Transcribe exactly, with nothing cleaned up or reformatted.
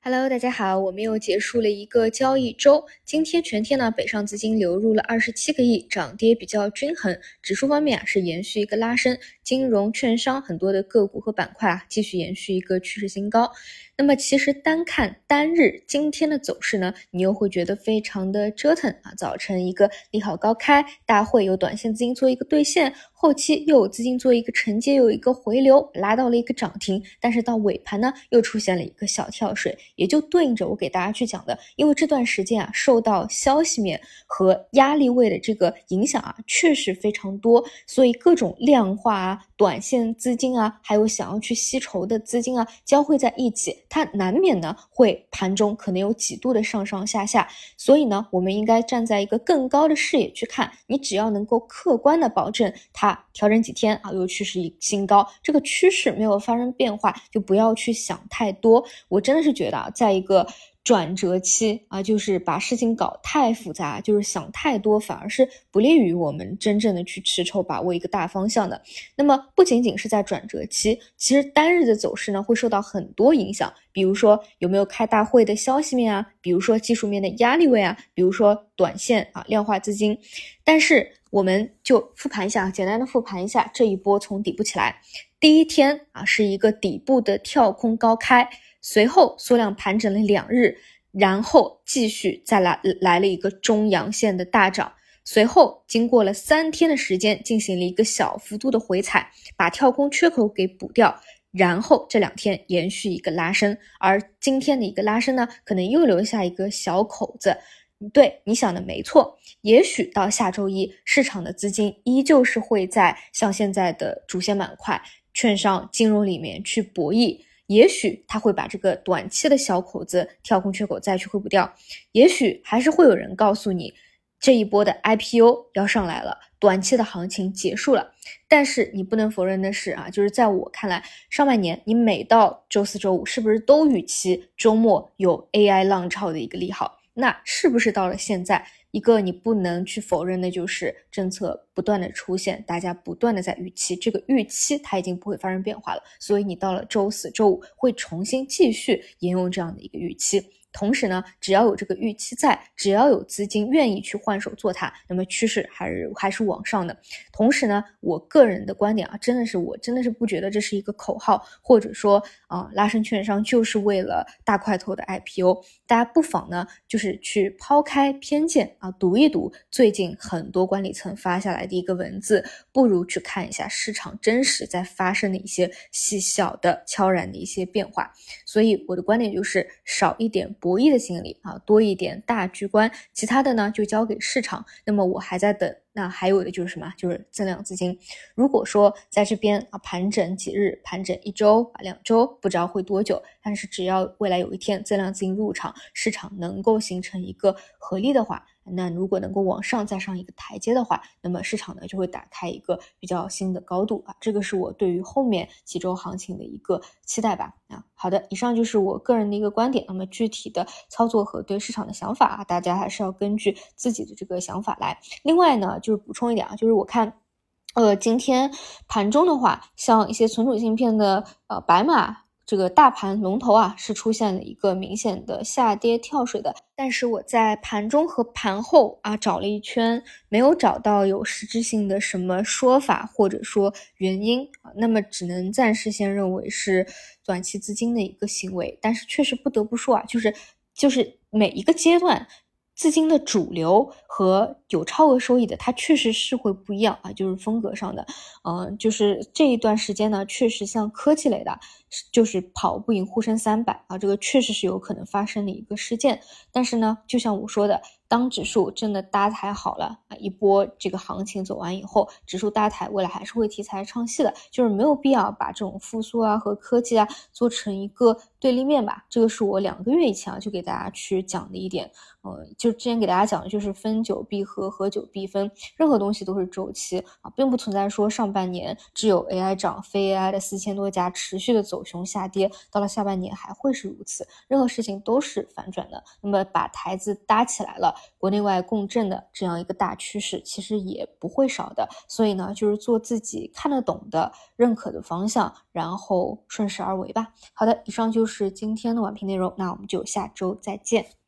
Hello，大家好，我们又结束了一个交易周。今天全天呢，北上资金流入了二十七个亿，涨跌比较均衡。指数方面啊，是延续一个拉升，金融、券商很多的个股和板块啊，继续延续一个趋势新高。那么其实单看单日今天的走势呢，你又会觉得非常的折腾啊。早晨一个利好高开，大会有短线资金做一个兑现，后期又有资金做一个承接，又有一个回流，拉到了一个涨停。但是到尾盘呢，又出现了一个小跳水，也就对应着我给大家去讲的，因为这段时间啊，受到消息面和压力位的这个影响啊，确实非常多，所以各种量化啊、短线资金啊，还有想要去吸筹的资金啊，交汇在一起，它难免呢会盘中可能有几度的上上下下，所以呢，我们应该站在一个更高的视野去看，你只要能够客观的保证它调整几天啊，又趋势新高，这个趋势没有发生变化，就不要去想太多。我真的是觉得啊，在一个转折期啊，就是把事情搞太复杂，就是想太多，反而是不利于我们真正的去持筹把握一个大方向的。那么不仅仅是在转折期，其实单日的走势呢会受到很多影响，比如说有没有开大会的消息面啊，比如说技术面的压力位啊，比如说短线啊量化资金。但是我们就复盘一下，简单的复盘一下这一波从底部起来，第一天啊是一个底部的跳空高开，随后缩量盘整了两日，然后继续再来来了一个中阳线的大涨，随后经过了三天的时间进行了一个小幅度的回踩，把跳空缺口给补掉，然后这两天延续一个拉升，而今天的一个拉升呢，可能又留下一个小口子。对，你想的没错，也许到下周一，市场的资金依旧是会在像现在的主线板块、券商、金融里面去博弈，也许他会把这个短期的小口子跳空缺口再去回补掉，也许还是会有人告诉你这一波的 I P O 要上来了，短期的行情结束了。但是你不能否认的是啊，就是在我看来，上半年你每到周四周五是不是都预期周末有 A I 浪潮的一个利好？那是不是到了现在，一个你不能去否认的就是政策不断的出现，大家不断的在预期，这个预期它已经不会发生变化了，所以你到了周四周五会重新继续沿用这样的一个预期。同时呢，只要有这个预期在，只要有资金愿意去换手做它，那么趋势还是还是往上的。同时呢，我个人的观点啊，真的是我真的是不觉得这是一个口号，或者说啊、呃，拉升券商就是为了大块头的 I P O。大家不妨呢，就是去抛开偏见啊，读一读最近很多管理层发下来的一个文字，不如去看一下市场真实在发生的一些细小的悄然的一些变化。所以我的观点就是少一点博弈的心理啊，多一点大局观，其他的呢就交给市场。那么我还在等，那还有的就是什么？就是增量资金。如果说在这边啊盘整几日，盘整一周啊两周，不知道会多久，但是只要未来有一天增量资金入场，市场能够形成一个合力的话，那如果能够往上再上一个台阶的话，那么市场呢就会打开一个比较新的高度啊，这个是我对于后面几周行情的一个期待吧。啊，好的，以上就是我个人的一个观点，那么具体的操作和对市场的想法啊，大家还是要根据自己的这个想法来。另外呢，就是补充一点啊，就是我看呃今天盘中的话，像一些存储芯片的呃白马这个大盘龙头啊，是出现了一个明显的下跌跳水的，但是我在盘中和盘后啊找了一圈，没有找到有实质性的什么说法或者说原因啊，那么只能暂时先认为是短期资金的一个行为，但是确实不得不说啊，就是就是每一个阶段资金的主流和有超额收益的，它确实是会不一样啊，就是风格上的，嗯、呃，就是这一段时间呢，确实像科技类的，就是跑不赢沪深三百啊，这个确实是有可能发生的一个事件。但是呢，就像我说的，当指数真的搭台好了啊，一波这个行情走完以后，指数搭台未来还是会题材唱戏的，就是没有必要把这种复苏啊和科技啊做成一个对立面吧。这个是我两个月以前啊就给大家去讲的一点。呃，就之前给大家讲的就是分久必合，合久必分，任何东西都是周期啊，并不存在说上半年只有 A I 涨，非 A I 的四千多家持续的走熊下跌，到了下半年还会是如此，任何事情都是反转的。那么把台子搭起来了， 国内外共振的这样一个大趋势其实也不会少的。所以呢，就是做自己看得懂的、认可的方向，然后顺势而为吧。好的，以上就是今天的晚评内容，那我们就下周再见。